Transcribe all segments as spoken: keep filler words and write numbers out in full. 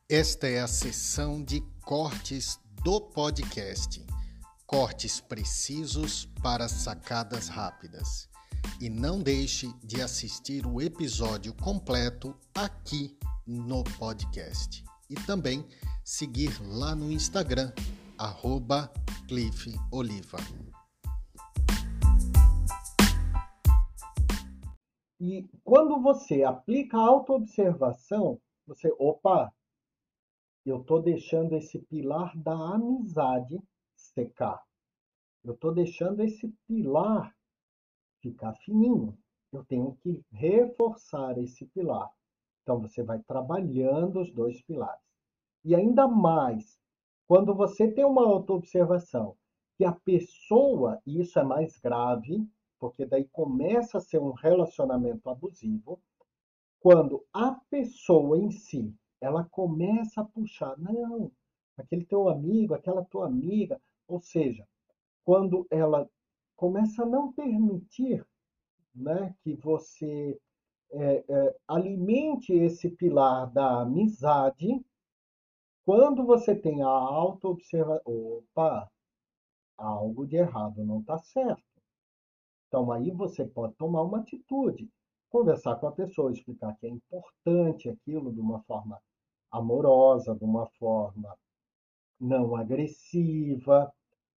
Esta é a sessão de cortes do podcast. Cortes precisos para sacadas rápidas. E não deixe de assistir o episódio completo aqui no podcast. E também seguir lá no Instagram, arroba Cliff Oliva. E quando você aplica a autoobservação, você, opa, eu estou deixando esse pilar da amizade secar. Eu estou deixando esse pilar ficar fininho. Eu tenho que reforçar esse pilar. Então, você vai trabalhando os dois pilares. E ainda mais, quando você tem uma autoobservação que a pessoa, e isso é mais grave, porque daí começa a ser um relacionamento abusivo, quando a pessoa em si, ela começa a puxar, não, aquele teu amigo, aquela tua amiga, ou seja, quando ela começa a não permitir, né, que você é, é, alimente esse pilar da amizade, quando você tem a auto-observação, opa, algo de errado não está certo. Então, aí você pode tomar uma atitude, conversar com a pessoa, explicar que é importante aquilo de uma forma amorosa, de uma forma não agressiva,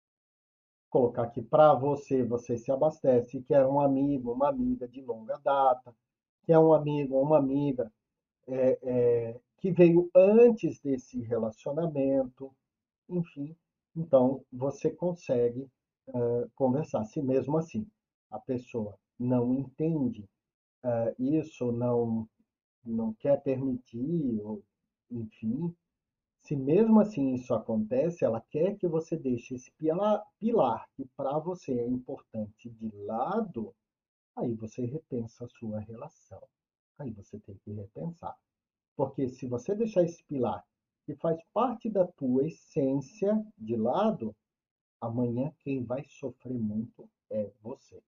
colocar que para você, você se abastece, que é um amigo, uma amiga de longa data, que é um amigo ou uma amiga é, é, que veio antes desse relacionamento, enfim. Então, você consegue uh, conversar. Se mesmo assim a pessoa não entende uh, isso, não, não quer permitir, ou, enfim, se mesmo assim isso acontece, ela quer que você deixe esse pilar, pilar que para você é importante de lado, aí você repensa a sua relação. Aí você tem que repensar. Porque se você deixar esse pilar que faz parte da tua essência de lado, amanhã quem vai sofrer muito é você.